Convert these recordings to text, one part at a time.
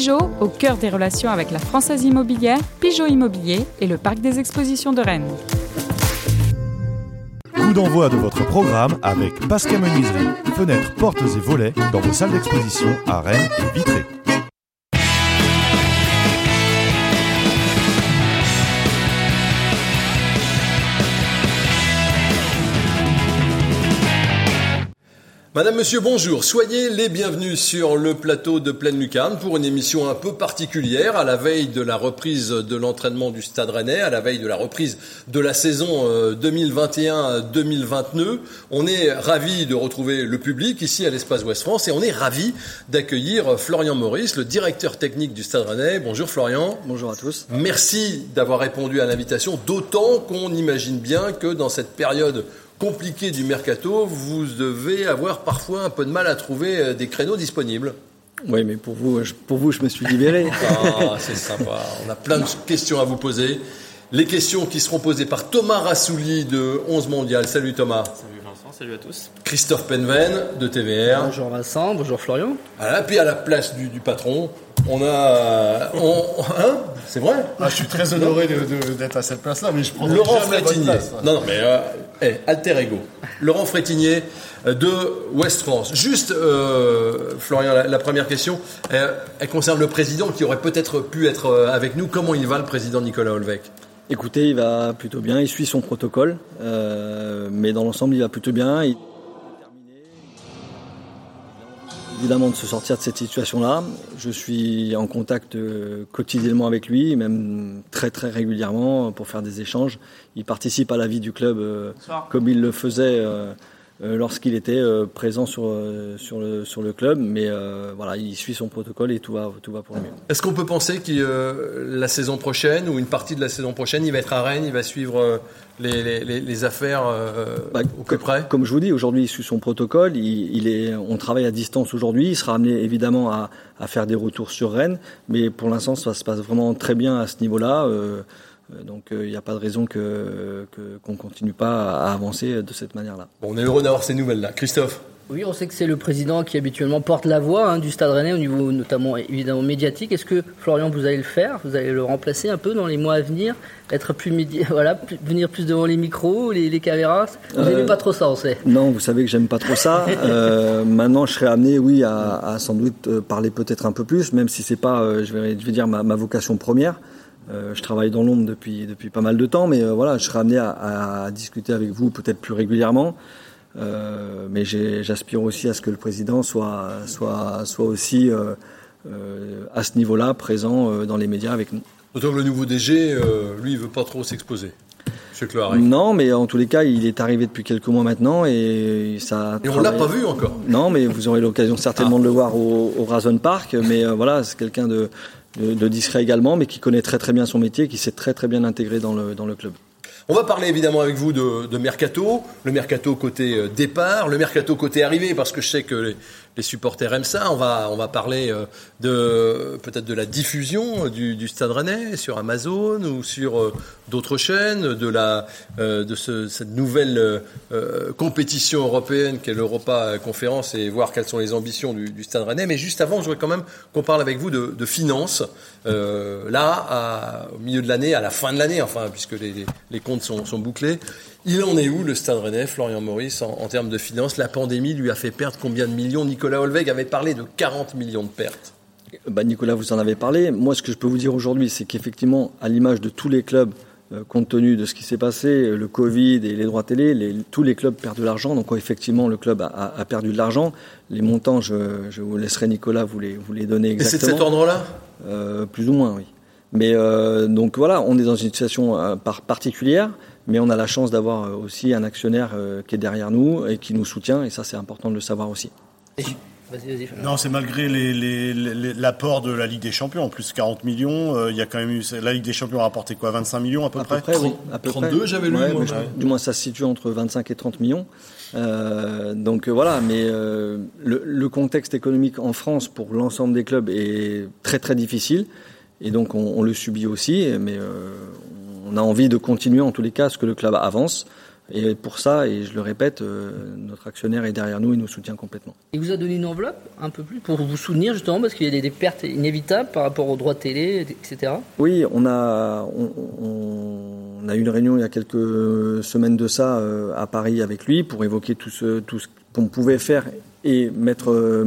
Pigeot, au cœur des relations avec la Française Immobilière, Pigeot Immobilier et le Parc des Expositions de Rennes. Coup d'envoi de votre programme avec Pasca Menuiserie, fenêtres, portes et volets dans vos salles d'exposition à Rennes et Vitré. Madame, monsieur, bonjour. Soyez les bienvenus sur le plateau de Pleine Lucarne pour une émission un peu particulière à la veille de la reprise de l'entraînement du Stade Rennais, à la veille de la reprise de la saison 2021-2022. On est ravis de retrouver le public ici à l'Espace Ouest France et on est ravis d'accueillir Florian Maurice, le directeur technique du Stade Rennais. Bonjour Florian. Bonjour à tous. Merci d'avoir répondu à l'invitation, d'autant qu'on imagine bien que dans cette période compliqué du mercato, vous devez avoir parfois un peu de mal à trouver des créneaux disponibles. Oui, mais pour vous, je me suis libéré. Ah, c'est sympa. On a plein de questions à vous poser. Les questions qui seront posées par Thomas Rassouli de 11 Mondial. Salut Thomas. Salut Vincent, salut à tous. Christophe Penven de TVR. Bonjour Vincent, bonjour Florian. Voilà, puis à la place du patron, on a... c'est vrai. Je suis très honoré d'être à cette place-là, mais je prends Laurent jamais Frétinier. votre place. Non, mais alter ego. Laurent Frétinier de Ouest France. Juste, Florian, la première question, elle concerne le président qui aurait peut-être pu être avec nous. Comment il va, le président Nicolas Olvec ? Écoutez, il va plutôt bien, il suit son protocole, mais dans l'ensemble, il va plutôt bien. Il est déterminé, évidemment, de se sortir de cette situation-là. Je suis en contact quotidiennement avec lui, même très très régulièrement pour faire des échanges. Il participe à la vie du club comme il le faisait lorsqu'il était présent sur le club, mais voilà, il suit son protocole et tout va pour le mieux. Est-ce qu'on peut penser que la saison prochaine ou une partie de la saison prochaine, il va être à Rennes, il va suivre les affaires au plus près ? Comme je vous dis, aujourd'hui il suit son protocole, on travaille à distance aujourd'hui, il sera amené évidemment à faire des retours sur Rennes, mais pour l'instant ça se passe vraiment très bien à ce niveau-là. Donc il n'y a pas de raison qu'on continue pas à avancer de cette manière-là. Bon, on est heureux d'avoir ces nouvelles-là. Christophe ? Oui, on sait que c'est le président qui habituellement porte la voix du Stade Rennais au niveau notamment évidemment médiatique. Est-ce que Florian, vous allez le faire ? Vous allez le remplacer un peu dans les mois à venir ? Être venir plus devant les micros, les caméras ? Vous n'aimez pas trop ça, on sait. Non, vous savez que j'aime pas trop ça. Maintenant, je serai amené, oui, à sans doute parler peut-être un peu plus, même si c'est pas, je vais dire ma vocation première. Je travaille dans l'ombre depuis pas mal de temps, mais voilà, je serai amené à discuter avec vous peut-être plus régulièrement. Mais j'aspire aussi à ce que le président soit aussi à ce niveau-là présent dans les médias avec nous. D'autant que le nouveau DG, lui, il veut pas trop s'exposer. Non, mais en tous les cas, il est arrivé depuis quelques mois maintenant et ça. Et on l'a pas vu encore. Non, mais vous aurez l'occasion certainement de le voir au Razon Park. Mais voilà, c'est quelqu'un de discret également, mais qui connaît très très bien son métier, qui s'est très très bien intégré dans le club. On va parler évidemment avec vous de mercato, le mercato côté départ, le mercato côté arrivée, parce que je sais que les supporters aiment ça. On va parler peut-être de la diffusion du Stade Rennais sur Amazon ou sur d'autres chaînes, cette nouvelle compétition européenne qu'est l'Europa Conférence et voir quelles sont les ambitions du Stade Rennais. Mais juste avant, je voudrais quand même qu'on parle avec vous de finances. Là, au milieu de l'année, à la fin de l'année, enfin, puisque les comptes sont bouclés. Il en est où le Stade Rennais, Florian Maurice, en termes de finances ? La pandémie lui a fait perdre combien de millions ? Nicolas Olvec avait parlé de 40 millions de pertes. Nicolas, vous en avez parlé. Moi, ce que je peux vous dire aujourd'hui, c'est qu'effectivement, à l'image de tous les clubs, compte tenu de ce qui s'est passé, le Covid et les droits télé, tous les clubs perdent de l'argent. Donc effectivement, le club a perdu de l'argent. Les montants, je vous laisserai Nicolas vous les donner exactement. Et c'est de cet ordre-là ? Plus ou moins, oui. Mais donc voilà, on est dans une situation particulière, mais on a la chance d'avoir aussi un actionnaire qui est derrière nous et qui nous soutient, et ça c'est important de le savoir aussi. Vas-y. Non, c'est malgré l'apport de la Ligue des Champions, en plus 40 millions, il y a quand même eu, la Ligue des Champions a rapporté quoi, 25 millions à peu près oui, à peu 32 près. J'avais lu, moi. Du moins ça se situe entre 25 et 30 millions. Donc voilà, mais le contexte économique en France pour l'ensemble des clubs est très très difficile. Et donc on le subit aussi, mais on a envie de continuer en tous les cas à ce que le club avance. Et pour ça, et je le répète, notre actionnaire est derrière nous et nous soutient complètement. Il vous a donné une enveloppe un peu plus pour vous soutenir justement parce qu'il y a des pertes inévitables par rapport aux droits télé, etc. Oui, on a eu une réunion il y a quelques semaines de ça à Paris avec lui pour évoquer tout ce qu'on pouvait faire et mettre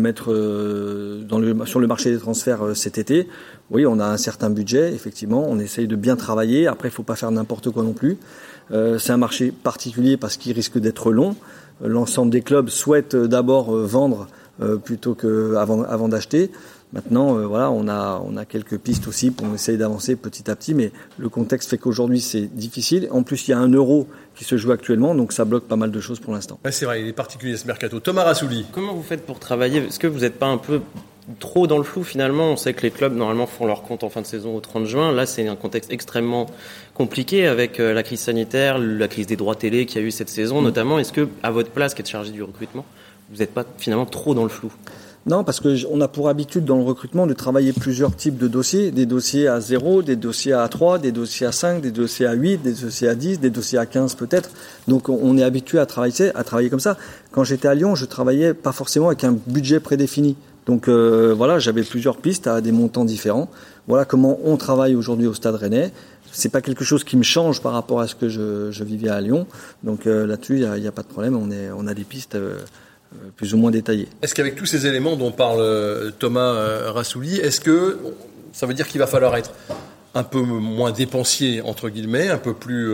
sur le marché des transferts cet été. Oui, on a un certain budget, effectivement, on essaye de bien travailler. Après, il ne faut pas faire n'importe quoi non plus. C'est un marché particulier parce qu'il risque d'être long. L'ensemble des clubs souhaitent d'abord vendre plutôt qu'avant d'acheter. Maintenant, voilà, on a quelques pistes aussi pour essayer d'avancer petit à petit, mais le contexte fait qu'aujourd'hui c'est difficile. En plus, il y a un euro qui se joue actuellement, donc ça bloque pas mal de choses pour l'instant. Ouais, c'est vrai, il est particulier ce mercato. Thomas Rassouli. Comment vous faites pour travailler ? Est-ce que vous n'êtes pas un peu trop dans le flou finalement ? On sait que les clubs normalement font leur compte en fin de saison au 30 juin. Là, c'est un contexte extrêmement compliqué avec la crise sanitaire, la crise des droits télé qu'il y a eu cette saison notamment. Est-ce que, à votre place, qui êtes chargé du recrutement, vous n'êtes pas finalement trop dans le flou ? Non, parce qu'on a pour habitude dans le recrutement de travailler plusieurs types de dossiers. Des dossiers à 0, des dossiers à 3, des dossiers à 5, des dossiers à 8, des dossiers à 10, des dossiers à 15 peut-être. Donc on est habitué à travailler comme ça. Quand j'étais à Lyon, je travaillais pas forcément avec un budget prédéfini. Donc voilà, j'avais plusieurs pistes à des montants différents. Voilà comment on travaille aujourd'hui au Stade Rennais. C'est pas quelque chose qui me change par rapport à ce que je vivais à Lyon. Donc là-dessus, il y a pas de problème. On a des pistes plus ou moins détaillées. Est-ce qu'avec tous ces éléments dont parle Thomas Rassouli, est-ce que ça veut dire qu'il va falloir être un peu moins dépensier, entre guillemets, un peu plus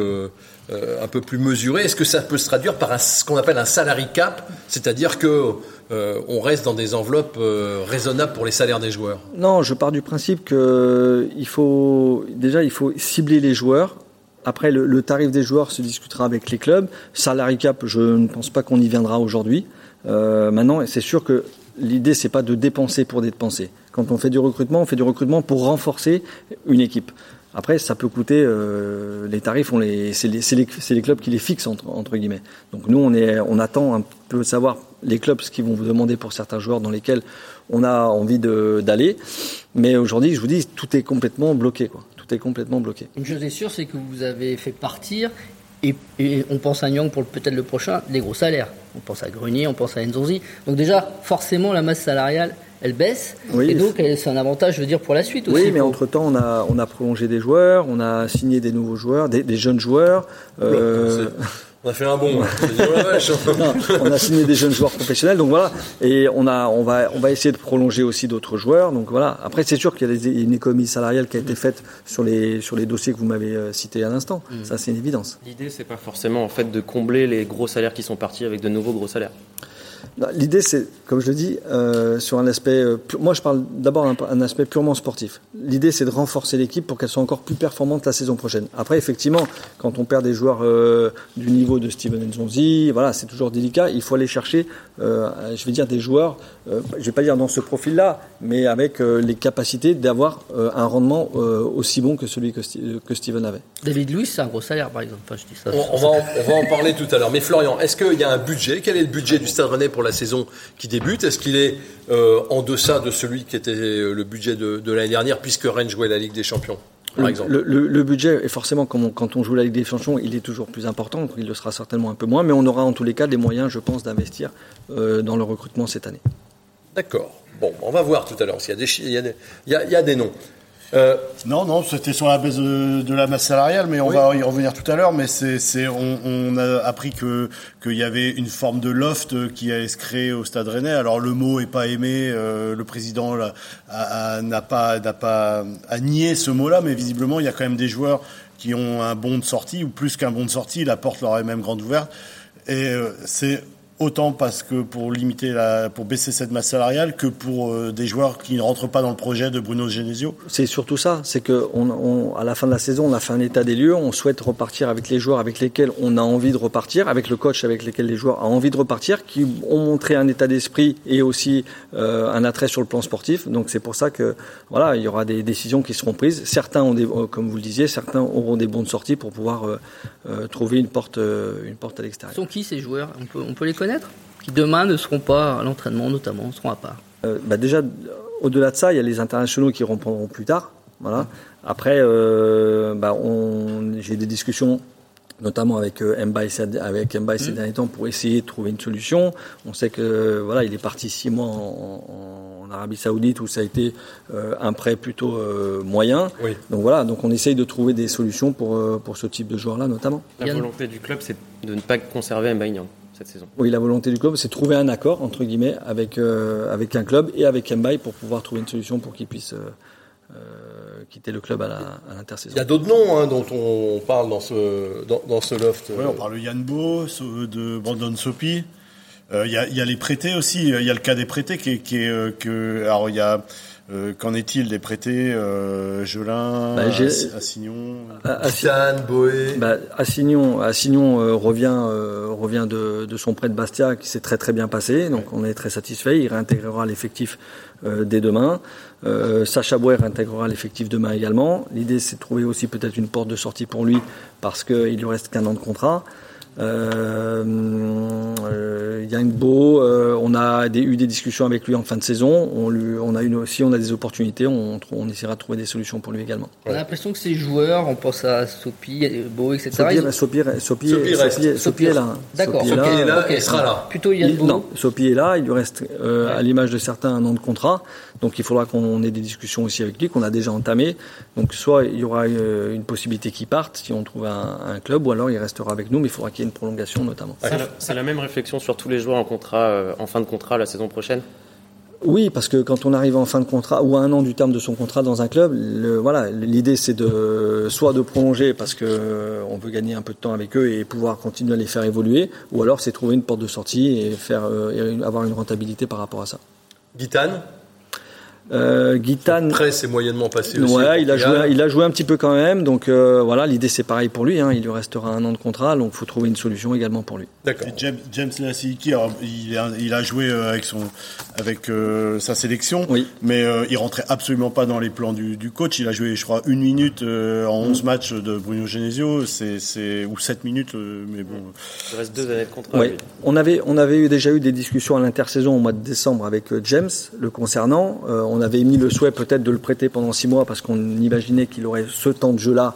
mesuré ? Est-ce que ça peut se traduire par ce qu'on appelle un salary cap, c'est-à-dire que on reste dans des enveloppes raisonnables pour les salaires des joueurs ? Non, je pars du principe que il faut cibler les joueurs. Après, le tarif des joueurs se discutera avec les clubs. Salary cap, je ne pense pas qu'on y viendra aujourd'hui. Maintenant, c'est sûr que l'idée, c'est pas de dépenser pour dépenser. Quand on fait du recrutement pour renforcer une équipe. Après, ça peut coûter. Les tarifs, c'est les clubs qui les fixent entre guillemets. Donc nous, on attend un peu savoir les clubs ce qu'ils vont vous demander pour certains joueurs dans lesquels on a envie d'aller. Mais aujourd'hui, je vous dis, tout est complètement bloqué, quoi. Tout est complètement bloqué. Une chose est sûre, c'est que vous avez fait partir. Et on pense à Nyang pour peut-être le prochain, des gros salaires. On pense à Grenier, on pense à Nzonzi. Donc déjà, forcément, la masse salariale, elle baisse. Oui, et donc, c'est un avantage, je veux dire, pour la suite aussi. Oui, mais entre-temps, on a prolongé des joueurs, on a signé des nouveaux joueurs, des jeunes joueurs. On a fait un bon. Non, on a signé des jeunes joueurs professionnels, donc voilà. Et on va essayer de prolonger aussi d'autres joueurs. Donc voilà. Après, c'est sûr qu'il y a une économie salariale qui a été faite sur les dossiers que vous m'avez cités à l'instant. Ça, c'est une évidence. L'idée, c'est pas forcément en fait de combler les gros salaires qui sont partis avec de nouveaux gros salaires. L'idée, c'est, comme je le dis, sur un aspect... moi, je parle d'abord d'un aspect purement sportif. L'idée, c'est de renforcer l'équipe pour qu'elle soit encore plus performante la saison prochaine. Après, effectivement, quand on perd des joueurs du niveau de Steven Nzonzi, voilà, c'est toujours délicat. Il faut aller chercher, je vais dire, des joueurs, je vais pas dire dans ce profil-là, mais avec les capacités d'avoir un rendement aussi bon que celui que Steven avait. David Luiz, c'est un gros salaire, par exemple. Enfin, je dis ça. On va en parler tout à l'heure. Mais Florian, est-ce qu'il y a un budget ? Quel est le budget du Stade Rennais pour la saison qui débute ? Est-ce qu'il est en deçà de celui qui était le budget de l'année dernière, puisque Rennes jouait la Ligue des Champions, par exemple ? Le budget est forcément, quand on joue la Ligue des Champions, il est toujours plus important, donc il le sera certainement un peu moins, mais on aura en tous les cas des moyens, je pense, d'investir dans le recrutement cette année. D'accord. Bon, on va voir tout à l'heure. Il y a des noms. Non, c'était sur la baisse de la masse salariale, mais on va y revenir tout à l'heure. Mais on a appris qu'il y avait une forme de loft qui allait se créer au Stade Rennais. Alors le mot est pas aimé, le président n'a pas nié ce mot-là, mais visiblement il y a quand même des joueurs qui ont un bon de sortie ou plus qu'un bon de sortie. La porte leur est même grande ouverte, et c'est autant parce que pour baisser cette masse salariale que pour des joueurs qui ne rentrent pas dans le projet de Bruno Genesio. C'est surtout ça, c'est que à la fin de la saison, on a fait un état des lieux, on souhaite repartir avec les joueurs avec lesquels on a envie de repartir, avec le coach avec lequel les joueurs ont envie de repartir, qui ont montré un état d'esprit et aussi un attrait sur le plan sportif. Donc c'est pour ça que voilà, il y aura des décisions qui seront prises. Certains ont comme vous le disiez, certains auront des bons de sortie pour pouvoir trouver une porte à l'extérieur. Sont qui ces joueurs ? On peut les connaître ? Qui demain ne seront pas à l'entraînement, notamment, seront à part. Déjà, au-delà de ça, il y a les internationaux qui reprendront plus tard. Voilà. Après, j'ai des discussions notamment avec Mbaye ces derniers temps pour essayer de trouver une solution. On sait que voilà, il est parti 6 mois en Arabie Saoudite où ça a été un prêt plutôt moyen. Oui. Donc voilà, donc on essaye de trouver des solutions pour ce type de joueur-là notamment. La volonté du club, c'est de ne pas conserver Mbaye Niang cette saison. Oui, la volonté du club, c'est de trouver un accord entre guillemets avec un club et avec Mbaye pour pouvoir trouver une solution pour qu'il puisse quitter le club à l'intersaison. Il y a d'autres noms dont on parle dans ce loft. Oui, on parle de Yann Beau, de Brandon Sopi. Il y a les prêtés aussi. Il y a le cas des prêtés alors il y a qu'en est-il des prêtés Gelin, Assignon, Titan, Boé. Assignon revient de son prêt de Bastia qui s'est très très bien passé. Donc on est très satisfait. Il réintégrera l'effectif dès demain. Sacha Boey réintégrera l'effectif demain également. L'idée c'est de trouver aussi peut-être une porte de sortie pour lui parce qu'il lui reste qu'1 an de contrat. Yann Beau, on a eu des discussions avec lui en fin de saison. On a des opportunités, on essaiera de trouver des solutions pour lui également. On a l'impression que ces joueurs, on pense à Sopi, Beau, etc. Sopi est là. D'accord. Sopi est là, il sera là. Plutôt Yann Beau. Non, Sopi est là. Il lui reste, à l'image de certains, 1 an de contrat. Donc il faudra qu'on ait des discussions aussi avec lui, qu'on a déjà entamées. Donc soit il y aura une possibilité qu'il parte si on trouve un club, ou alors il restera avec nous, mais il faudra qu'il y ait une prolongation notamment. C'est la même réflexion sur tous les joueurs en fin de contrat la saison prochaine. Oui, parce que quand on arrive en fin de contrat ou à 1 an du terme de son contrat dans un club, l'idée c'est soit de prolonger parce que on veut gagner un peu de temps avec eux et pouvoir continuer à les faire évoluer, ou alors c'est trouver une porte de sortie et avoir une rentabilité par rapport à ça. Guitane, prêt c'est moyennement passé aussi. Ouais, il a joué un petit peu quand même, donc voilà, l'idée c'est pareil pour lui, il lui restera 1 an de contrat, donc il faut trouver une solution également pour lui. D'accord. Et James Lassiliki, il a joué avec sa sélection, oui. Mais il rentrait absolument pas dans les plans du coach. Il a joué, je crois, 1 minute en 11 matchs de Bruno Genesio, ou 7 minutes, mais bon. Il reste 2 années de contrat. Oui. On avait déjà eu des discussions à l'intersaison au mois de décembre avec James le concernant. On avait émis le souhait peut-être de le prêter pendant 6 mois parce qu'on imaginait qu'il aurait ce temps de jeu-là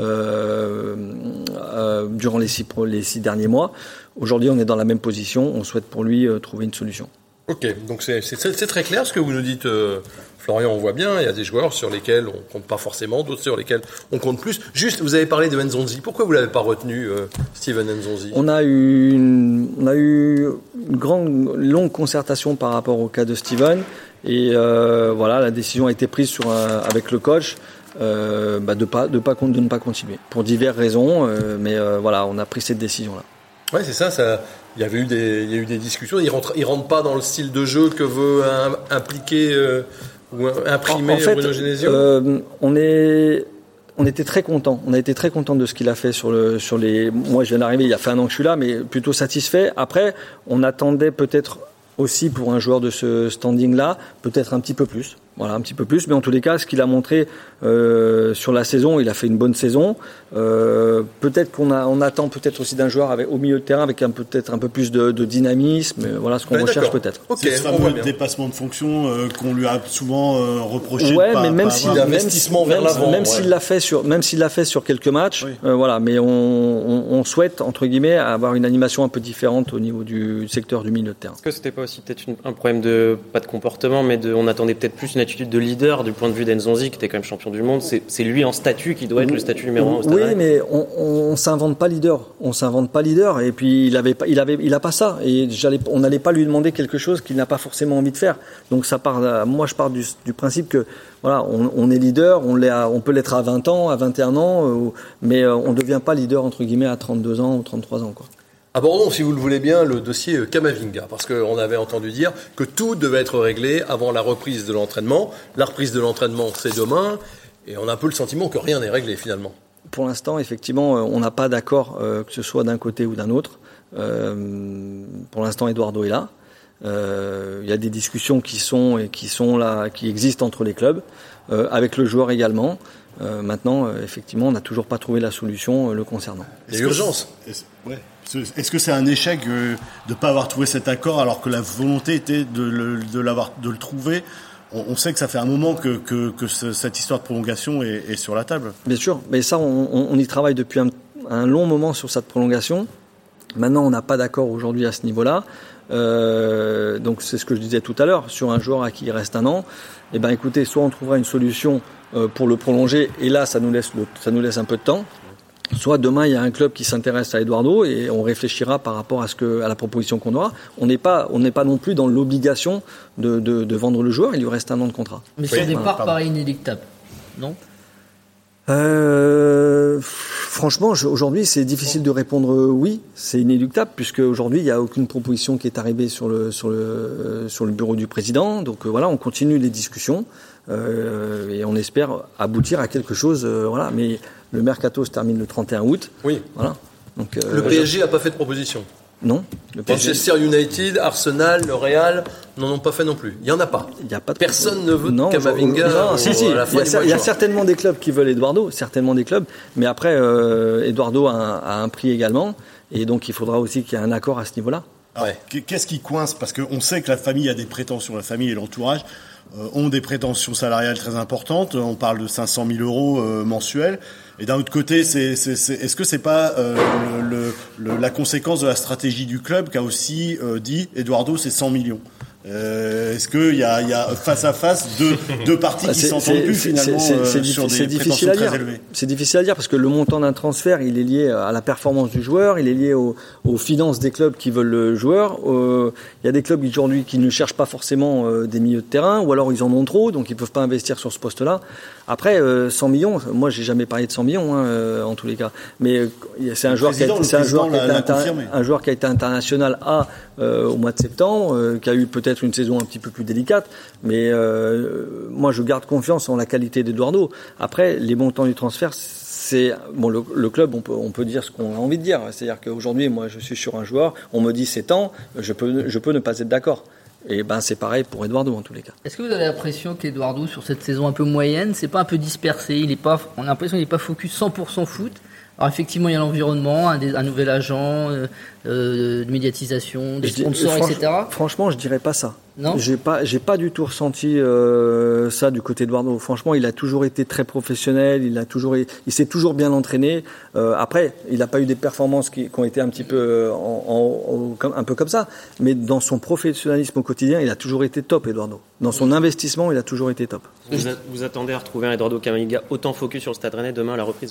durant les 6 derniers mois. Aujourd'hui, on est dans la même position. On souhaite pour lui trouver une solution. Ok, donc c'est très clair ce que vous nous dites, Florian. On voit bien, il y a des joueurs sur lesquels on compte pas forcément, d'autres sur lesquels on compte plus. Juste, vous avez parlé de Nzonzi. Pourquoi vous l'avez pas retenu, Steven Nzonzi ? On a eu une longue concertation par rapport au cas de Steven. Et voilà, la décision a été prise avec le coach de ne pas continuer pour diverses raisons, mais voilà, on a pris cette décision-là. Ouais, c'est ça. Il y a eu des discussions. Il rentre pas dans le style de jeu que veut impliquer ou imprimer Bruno Genesio. On était très contents. On a été très contents de ce qu'il a fait sur les. Moi, je viens d'arriver. Il y a fait 1 an que je suis là, mais plutôt satisfait. Après, on attendait peut-être aussi pour un joueur de ce standing-là, peut-être un petit peu plus. Voilà, un petit peu plus. Mais en tous les cas, ce qu'il a montré sur la saison, il a fait une bonne saison. Peut-être on attend peut-être aussi d'un joueur au milieu de terrain avec peut-être un peu plus de dynamisme. Voilà ce qu'on recherche peut-être. Okay, c'est ce fameux dépassement de fonction qu'on lui a souvent reproché. Ouais, mais même s'il l'a fait sur quelques matchs, oui. Voilà. Mais on souhaite entre guillemets avoir une animation un peu différente au niveau du secteur du milieu de terrain. Est-ce que c'était pas aussi peut-être un problème pas de comportement, mais on attendait peut-être plus une attitude de leader du point de vue d'Nzonzi qui était quand même champion du monde. C'est lui en statut qui doit être le statut numéro 1 au Stade. Oui, mais on s'invente pas leader. Et puis il a pas ça. Et on n'allait pas lui demander quelque chose qu'il n'a pas forcément envie de faire. Donc moi je pars du principe que voilà, on est leader, on peut l'être à 20 ans, à 21 ans, mais on devient pas leader entre guillemets à 32 ans ou 33 ans quoi. Abordons, si vous le voulez bien, le dossier Camavinga, parce qu'on avait entendu dire que tout devait être réglé avant la reprise de l'entraînement. La reprise de l'entraînement, c'est demain, et on a un peu le sentiment que rien n'est réglé finalement. Pour l'instant, effectivement, on n'a pas d'accord, que ce soit d'un côté ou d'un autre. Pour l'instant, Eduardo est là. Il y a des discussions qui existent entre les clubs, avec le joueur également. Maintenant, effectivement, on n'a toujours pas trouvé la solution le concernant. Il y a urgence. Est-ce que c'est un échec de ne pas avoir trouvé cet accord alors que la volonté était de le trouver ? On sait que ça fait un moment que cette histoire de prolongation est sur la table. Bien sûr, mais ça, on y travaille depuis un un long moment sur cette prolongation. Maintenant, on n'a pas d'accord aujourd'hui à ce niveau-là. Donc c'est ce que je disais tout à l'heure, sur un joueur à qui il reste 1 an, eh ben écoutez, soit on trouvera une solution pour le prolonger, et là ça nous laisse un peu de temps, soit demain il y a un club qui s'intéresse à Eduardo et on réfléchira par rapport à la proposition qu'on aura. On n'est pas non plus dans l'obligation de vendre le joueur, il lui reste 1 an de contrat. Mais son départ paraît inéluctable, non ? Franchement, aujourd'hui, c'est difficile de répondre oui, c'est inéluctable, puisque aujourd'hui, il n'y a aucune proposition qui est arrivée sur le bureau du président. Donc voilà, on continue les discussions et on espère aboutir à quelque chose. Voilà, mais le mercato se termine le 31 août. Oui. Voilà. Donc, le PSG n'a pas fait de proposition. Non. Manchester United, Arsenal, le Real n'en ont pas fait non plus. Il n'y en a pas. Il y a pas de Personne ne veut de Camavinga. À la fin il y a certainement des clubs qui veulent Eduardo, certainement des clubs. Mais après, Eduardo a un prix également. Et donc, il faudra aussi qu'il y ait un accord à ce niveau-là. Alors, qu'est-ce qui coince ? Parce qu'on sait que la famille a des prétentions, la famille et l'entourage ont des prétentions salariales très importantes. On parle de 500 000 euros mensuels. Et d'un autre côté, est-ce que c'est pas la conséquence de la stratégie du club qu'a aussi dit Eduardo, c'est 100 millions. Est-ce qu'il y a face à face deux parties qui s'entendent plus finalement sur des prétentions très élevées ? C'est difficile à dire parce que le montant d'un transfert, il est lié à la performance du joueur, il est lié aux finances des clubs qui veulent le joueur. Il y a des clubs aujourd'hui qui ne cherchent pas forcément des milieux de terrain, ou alors ils en ont trop, donc ils peuvent pas investir sur ce poste-là. Après, 100 millions, moi j'ai jamais parlé de 100 millions en tous les cas, mais c'est un joueur qui a été international au mois de septembre, qui a eu peut-être une saison un petit peu plus délicate, mais moi je garde confiance en la qualité d'Eduardo. Après, les montants du transfert, c'est bon, le club, on peut dire ce qu'on a envie de dire. C'est-à-dire qu'aujourd'hui, moi je suis sur un joueur, on me dit c'est tant, je peux ne pas être d'accord. Et ben c'est pareil pour Eduardo en tous les cas. Est-ce que vous avez l'impression qu'Eduardo sur cette saison un peu moyenne, c'est pas un peu dispersé, on a l'impression qu'il n'est pas focus 100% foot. Alors effectivement, il y a l'environnement, un nouvel agent, de médiatisation, des sponsors, etc. Franchement, je dirais pas ça. Non. J'ai pas du tout ressenti ça du côté d'Eduardo. Franchement, il a toujours été très professionnel, il s'est toujours bien entraîné. Après, il n'a pas eu des performances qui ont été un petit peu un peu comme ça, mais dans son professionnalisme au quotidien, il a toujours été top, Eduardo. Dans son investissement, il a toujours été top. Vous attendez à retrouver un Eduardo Camavinga autant focus sur le Stade Rennais demain à la reprise ?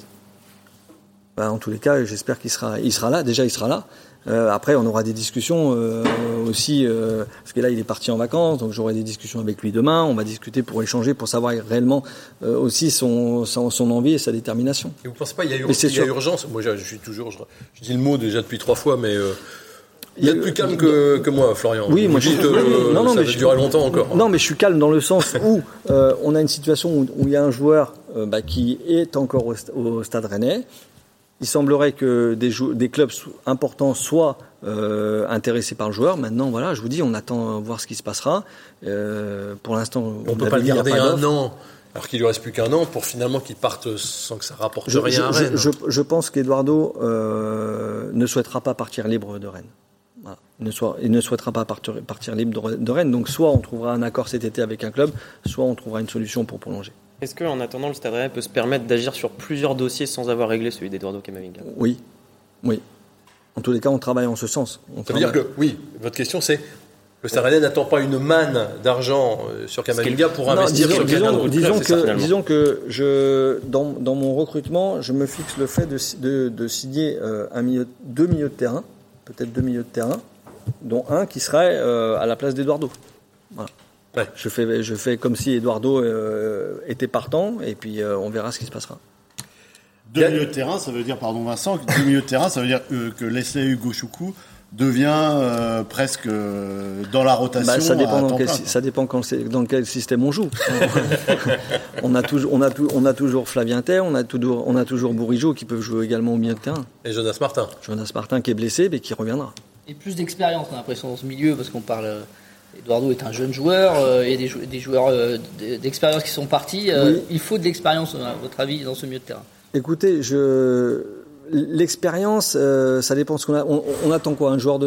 En tous les cas, j'espère qu'il sera là. Déjà, il sera là. Après, on aura des discussions aussi, parce que là, il est parti en vacances, donc j'aurai des discussions avec lui demain. On va discuter pour échanger, pour savoir réellement aussi son envie et sa détermination. Et vous ne pensez pas qu'il y a urgence ? Moi, je dis le mot déjà depuis 3 fois, mais vous êtes plus calme que moi, Florian. Oui, moi, ça va durer longtemps encore. Non, mais je suis calme dans le sens où on a une situation où il y a un joueur qui est encore au Stade Rennais. Il semblerait que des clubs importants soient intéressés par le joueur. Maintenant, voilà, je vous dis, on attend voir ce qui se passera. Pour l'instant, on ne peut pas le garder 1 an, alors qu'il lui reste plus qu'1 an, pour finalement qu'il parte sans que ça rapporte rien à Rennes. Je pense qu'Eduardo ne souhaitera pas partir libre de Rennes. Voilà. Il ne souhaitera pas partir libre de Rennes. Donc, soit on trouvera un accord cet été avec un club, soit on trouvera une solution pour prolonger. Est-ce qu'en attendant, le Stade Rennais peut se permettre d'agir sur plusieurs dossiers sans avoir réglé celui d'Eduardo Camavinga ? Oui. En tous les cas, on travaille en ce sens. Ça veut dire que, oui, votre question c'est, le Stade Rennais n'attend pas une manne d'argent sur Camavinga pour investir sur quelqu'un d'autre. Disons que dans mon recrutement, je me fixe le fait de signer 2 milieux de terrain, peut-être 2 milieux de terrain, dont un qui serait à la place d'Eduardo. Voilà. Ouais. Je fais comme si Eduardo était partant et puis on verra ce qui se passera. 2 milieux de terrain, ça veut dire, pardon Vincent, 2 milieux de terrain, ça veut dire que Leslie Ugochukwu devient presque dans la rotation. Ça dépend dans quel système on joue. on a toujours Flavien Tay, on a toujours Bourigeaud qui peuvent jouer également au milieu de terrain. Et Jonas Martin qui est blessé mais qui reviendra. Et plus d'expérience, on a l'impression dans ce milieu parce qu'on parle. Eduardo est un jeune joueur, il y a des joueurs d'expérience qui sont partis. Oui. Il faut de l'expérience, à votre avis, dans ce milieu de terrain ? Écoutez, l'expérience, ça dépend de ce qu'on a. On attend quoi ? Un joueur de 30 ans ?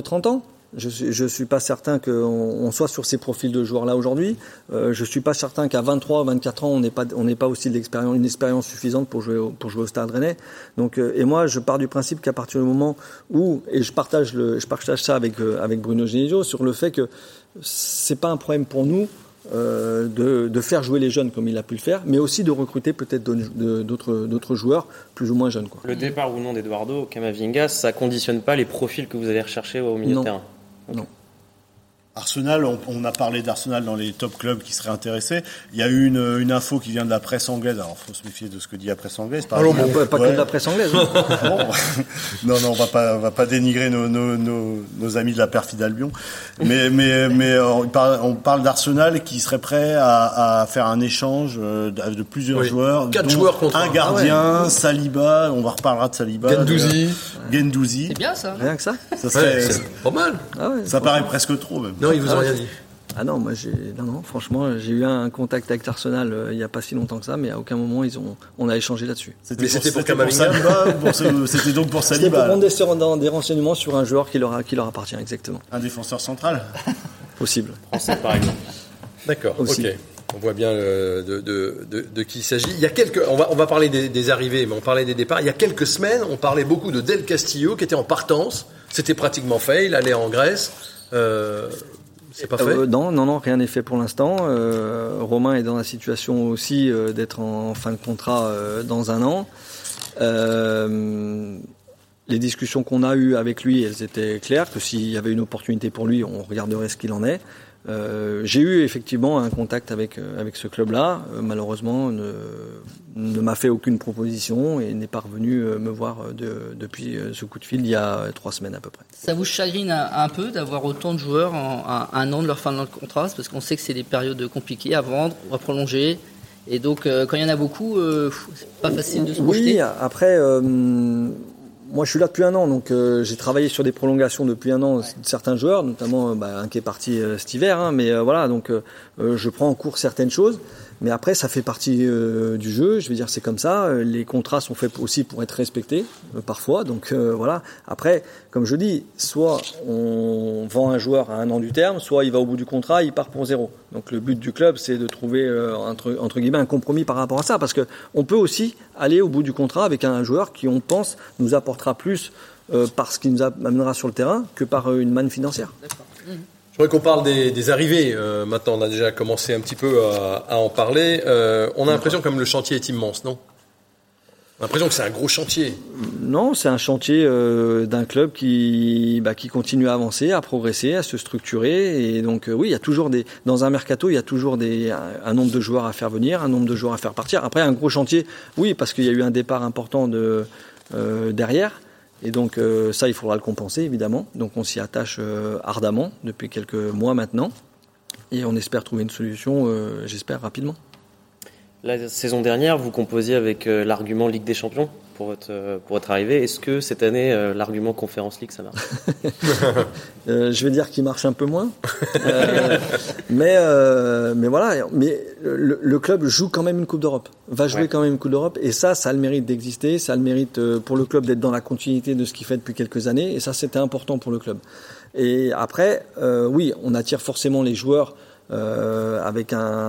Je suis pas certain qu'on soit sur ces profils de joueurs-là aujourd'hui. Je suis pas certain qu'à 23, 24 ans, on n'ait pas aussi une expérience suffisante pour jouer au Stade Rennais. Donc, et moi, je pars du principe qu'à partir du moment où, et je partage ça avec Bruno Genesio, sur le fait que c'est pas un problème pour nous de faire jouer les jeunes comme il a pu le faire, mais aussi de recruter peut-être d'autres joueurs plus ou moins jeunes, quoi. Le départ ou non d'Eduardo Camavinga, ça conditionne pas les profils que vous allez rechercher au milieu de terrain? Okay. Non. Arsenal, on a parlé d'Arsenal dans les top clubs qui seraient intéressés. Il y a eu une info qui vient de la presse anglaise. Alors, faut se méfier de ce que dit la presse anglaise. Pas que de la presse anglaise. Bon. Non, on va pas dénigrer nos amis de la perfide Albion. Mais on parle d'Arsenal qui serait prêt à faire un échange de plusieurs joueurs. 4 joueurs contre un gardien, Saliba. On reparlera de Saliba. Gendouzi. C'est bien ça. Rien que ça. Ça serait c'est pas mal. Ça paraît presque trop même. Non, ils vous ont rien dit. Ah non, moi franchement, j'ai eu un contact avec Arsenal il y a pas si longtemps que ça, mais à aucun moment on a échangé là-dessus. C'était pour Camavinga. C'était donc pour Saliba. C'était pour prendre des renseignements sur un joueur qui leur appartient exactement. Un défenseur central. Possible. Français par exemple. D'accord. Aussi. Ok. On voit bien de qui il s'agit. Il y a on va parler des arrivées, mais on parlait des départs. Il y a quelques semaines, on parlait beaucoup de Del Castillo qui était en partance. C'était pratiquement fait. Il allait en Grèce. C'est pas fait. Non, rien n'est fait pour l'instant. Romain est dans la situation aussi d'être en fin de contrat dans un an. Les discussions qu'on a eues avec lui, elles étaient claires que s'il y avait une opportunité pour lui, on regarderait ce qu'il en est. J'ai eu effectivement un contact avec ce club-là. Malheureusement, ne m'a fait aucune proposition et n'est pas revenu me voir depuis ce coup de fil il y a 3 semaines à peu près. Ça vous chagrine un peu d'avoir autant de joueurs à un an de leur fin de contrat, parce qu'on sait que c'est des périodes compliquées à vendre, à prolonger, et donc quand il y en a beaucoup, c'est pas facile de se projeter. Oui, après. Moi, je suis là depuis un an, donc j'ai travaillé sur des prolongations depuis un an de certains joueurs, notamment un qui est parti cet hiver. Mais voilà, donc je prends en cours certaines choses. Mais après, ça fait partie du jeu. Je veux dire, c'est comme ça. Les contrats sont faits aussi pour être respectés parfois. Donc voilà. Après, comme je dis, soit on vend un joueur à un an du terme, soit il va au bout du contrat, il part pour 0. Donc le but du club, c'est de trouver entre guillemets un compromis par rapport à ça, parce que on peut aussi aller au bout du contrat avec un joueur qui, on pense, nous apportera plus par ce qu'il nous amènera sur le terrain que par une manne financière. D'accord. Je voudrais qu'on parle des arrivées. Maintenant, on a déjà commencé un petit peu à en parler. On a l'impression comme le chantier est immense, non ? On a l'impression que c'est un gros chantier. Non, c'est un chantier d'un club qui continue à avancer, à progresser, à se structurer. Et donc oui, il y a toujours dans un mercato, il y a toujours un nombre de joueurs à faire venir, un nombre de joueurs à faire partir. Après, un gros chantier, oui, parce qu'il y a eu un départ important derrière. Et donc ça, il faudra le compenser, évidemment. Donc on s'y attache ardemment depuis quelques mois maintenant. Et on espère trouver une solution, j'espère, rapidement. La saison dernière, vous composiez avec l'argument Ligue des Champions pour votre arrivée. Est-ce que cette année, l'argument Conference League, ça marche ? Je vais dire qu'il marche un peu moins. Mais voilà. Mais le club joue quand même une Coupe d'Europe. Va jouer quand même une Coupe d'Europe. Et ça a le mérite d'exister. Ça a le mérite pour le club d'être dans la continuité de ce qu'il fait depuis quelques années. Et ça, c'était important pour le club. Et après, oui, on attire forcément les joueurs avec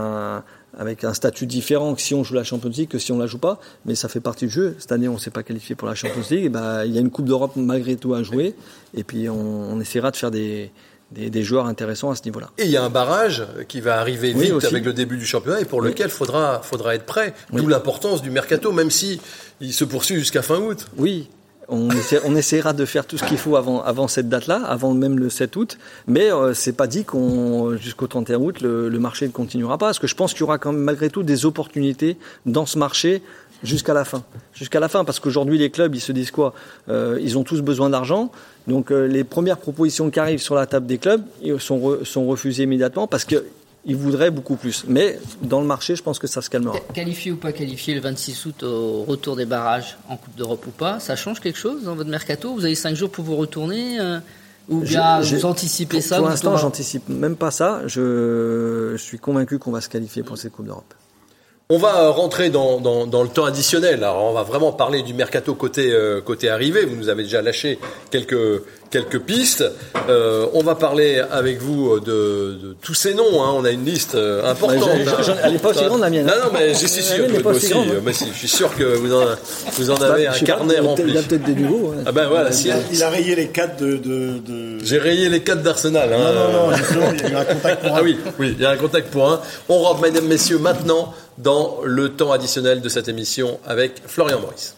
un statut différent que si on joue la Champions League que si on la joue pas, mais ça fait partie du jeu. Cette année, on s'est pas qualifié pour la Champions League, il y a une Coupe d'Europe malgré tout à jouer, et puis on essaiera de faire des joueurs intéressants à ce niveau-là. Et il y a un barrage qui va arriver vite avec le début du championnat et pour lequel faudra être prêt. D'où l'importance du mercato, même si il se poursuit jusqu'à fin août. Oui. On essaiera de faire tout ce qu'il faut avant cette date-là, avant même le 7 août, mais c'est pas dit jusqu'au 31 août, le marché ne continuera pas, parce que je pense qu'il y aura quand même malgré tout des opportunités dans ce marché jusqu'à la fin. Parce qu'aujourd'hui les clubs, ils se disent quoi ? Ils ont tous besoin d'argent, donc les premières propositions qui arrivent sur la table des clubs sont refusées immédiatement parce que ils voudraient beaucoup plus. Mais dans le marché, je pense que ça se calmera. Qualifié ou pas qualifié le 26 août au retour des barrages en Coupe d'Europe ou pas, ça change quelque chose dans votre mercato ? Vous avez 5 jours pour vous retourner ou bien vous anticipez ça ? Pour l'instant, j'anticipe même pas ça. Je suis convaincu qu'on va se qualifier pour cette Coupe d'Europe. On va rentrer dans le temps additionnel. Alors, on va vraiment parler du mercato côté arrivée. Vous nous avez déjà lâché quelques quelques pistes. On va parler avec vous de tous ces noms. Hein. On a une liste importante. Elle n'est pas aussi grande la mienne. Non, mais je suis sûr que aussi. Mais si, je suis sûr que vous en avez un carnet rempli. Il y a peut-être des nouveaux. Ouais. Ah ben voilà. Il a rayé les 4 de... J'ai rayé les 4 d'Arsenal. Hein. Non, justement, il y a eu un contact pour un. Ah oui, il y a un contact pour un. On rentre, mesdames, messieurs, maintenant dans le temps additionnel de cette émission avec Florian Maurice.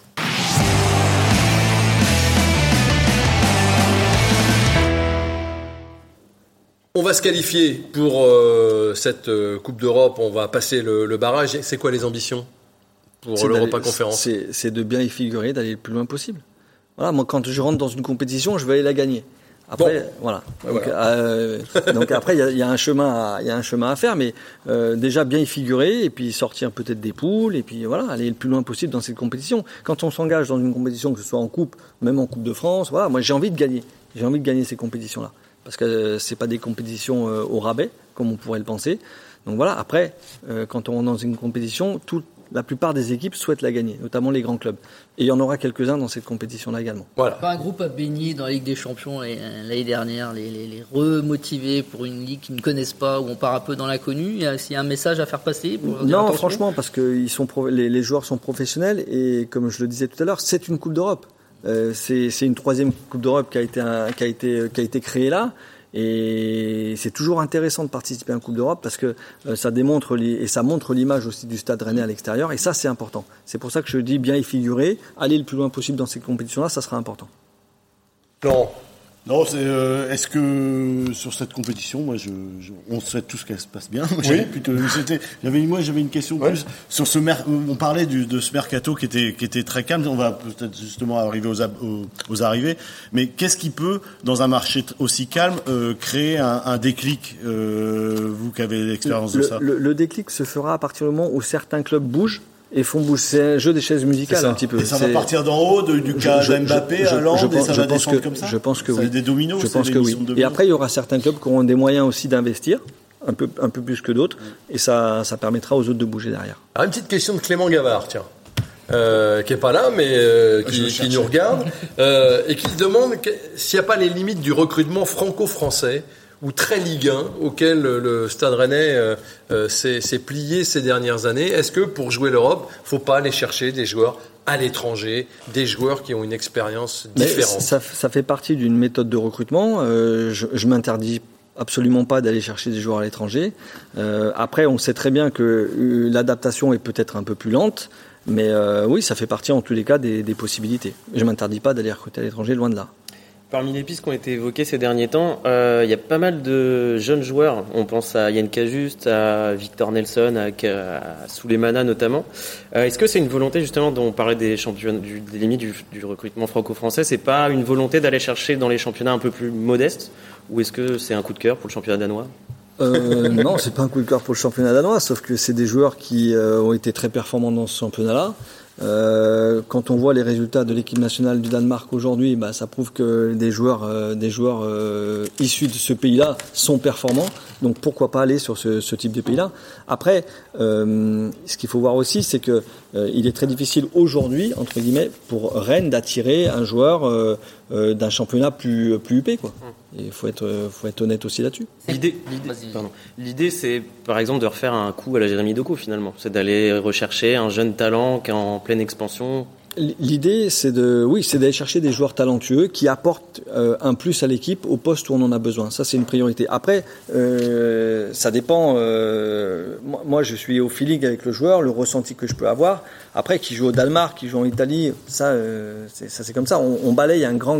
On va se qualifier pour cette Coupe d'Europe. On va passer le barrage. C'est quoi les ambitions pour l'Europa Conférence ? C'est de bien y figurer, d'aller le plus loin possible. Voilà, moi, quand je rentre dans une compétition, je veux aller la gagner. Après, voilà. Donc après, il y a un chemin à faire, mais déjà bien y figurer et puis sortir peut-être des poules et puis voilà, aller le plus loin possible dans cette compétition. Quand on s'engage dans une compétition, que ce soit en coupe, même en Coupe de France, voilà, moi j'ai envie de gagner. J'ai envie de gagner ces compétitions-là. Parce que c'est pas des compétitions au rabais, comme on pourrait le penser. Donc voilà, après, quand on est dans une compétition, la plupart des équipes souhaitent la gagner, notamment les grands clubs. Et il y en aura quelques-uns dans cette compétition-là également. Voilà. Pas un groupe à baigner dans la Ligue des Champions l'année dernière, les remotiver pour une ligue qu'ils ne connaissent pas, où on part un peu dans l'inconnu. S'il y a un message à faire passer pour dire non, attention. Franchement, parce que les joueurs sont professionnels et comme je le disais tout à l'heure, c'est une Coupe d'Europe. C'est une 3e Coupe d'Europe qui a été créée là. Et c'est toujours intéressant de participer à une Coupe d'Europe parce que ça démontre ça montre l'image aussi du Stade Rennais à l'extérieur et ça c'est important. C'est pour ça que je dis bien y figurer, aller le plus loin possible dans ces compétitions-là, ça sera important. Laurent. Non, est-ce que sur cette compétition, moi, on souhaite tous qu'elle se passe bien. Oui. J'avais une question plus sur on parlait de ce mercato qui était très calme. On va peut-être justement arriver aux arrivées. Mais qu'est-ce qui peut, dans un marché aussi calme, créer un déclic, vous qui avez l'expérience de ça? Le déclic se fera à partir du moment où certains clubs bougent. Et font bouger. C'est un jeu des chaises musicales un petit peu. Et ça va partir d'en haut, du cas d'Mbappé à Hollande, et ça va descendre comme ça. Je pense que ça oui. Des dominos. Je pense que oui. Et après, il y aura certains clubs qui auront des moyens aussi d'investir, un peu plus que d'autres, et ça permettra aux autres de bouger derrière. Alors, une petite question de Clément Gavard, tiens, qui est pas là, mais qui nous regarde, et qui demande s'il n'y a pas les limites du recrutement franco-français ou très Ligue 1 auquel le Stade Rennais s'est plié ces dernières années. Est-ce que pour jouer l'Europe, faut pas aller chercher des joueurs à l'étranger, des joueurs qui ont une expérience différente? Ça fait partie d'une méthode de recrutement. Je m'interdis absolument pas d'aller chercher des joueurs à l'étranger. Après, on sait très bien que l'adaptation est peut-être un peu plus lente, mais oui, ça fait partie en tous les cas des possibilités. Je m'interdis pas d'aller recruter à l'étranger, loin de là. Parmi les pistes qui ont été évoquées ces derniers temps, il y a pas mal de jeunes joueurs. On pense à Yann Cajuste, à Victor Nelson, à Souleymana notamment. Est-ce que c'est une volonté, justement, dont on parlait des limites du recrutement franco-français, c'est pas une volonté d'aller chercher dans les championnats un peu plus modestes, ou est-ce que c'est un coup de cœur pour le championnat danois? Non, c'est pas un coup de cœur pour le championnat danois, sauf que c'est des joueurs qui ont été très performants dans ce championnat-là. Quand on voit les résultats de l'équipe nationale du Danemark aujourd'hui, ça prouve que des joueurs issus de ce pays-là sont performants. Donc pourquoi pas aller sur ce type de pays-là. Après, ce qu'il faut voir aussi, c'est que il est très difficile aujourd'hui, entre guillemets, pour Rennes d'attirer un joueur d'un championnat plus huppé, quoi. Il faut être honnête aussi là-dessus. L'idée, c'est par exemple de refaire un coup à la Jérémy Doku finalement. C'est d'aller rechercher un jeune talent qui est en pleine expansion. L'idée, c'est d'aller chercher des joueurs talentueux qui apportent un plus à l'équipe au poste où on en a besoin. Ça, c'est une priorité. Après, ça dépend. Moi, je suis au feeling avec le joueur, le ressenti que je peux avoir. Après, qui joue au Danemark, qui joue en Italie, ça c'est comme ça. On balaye un grand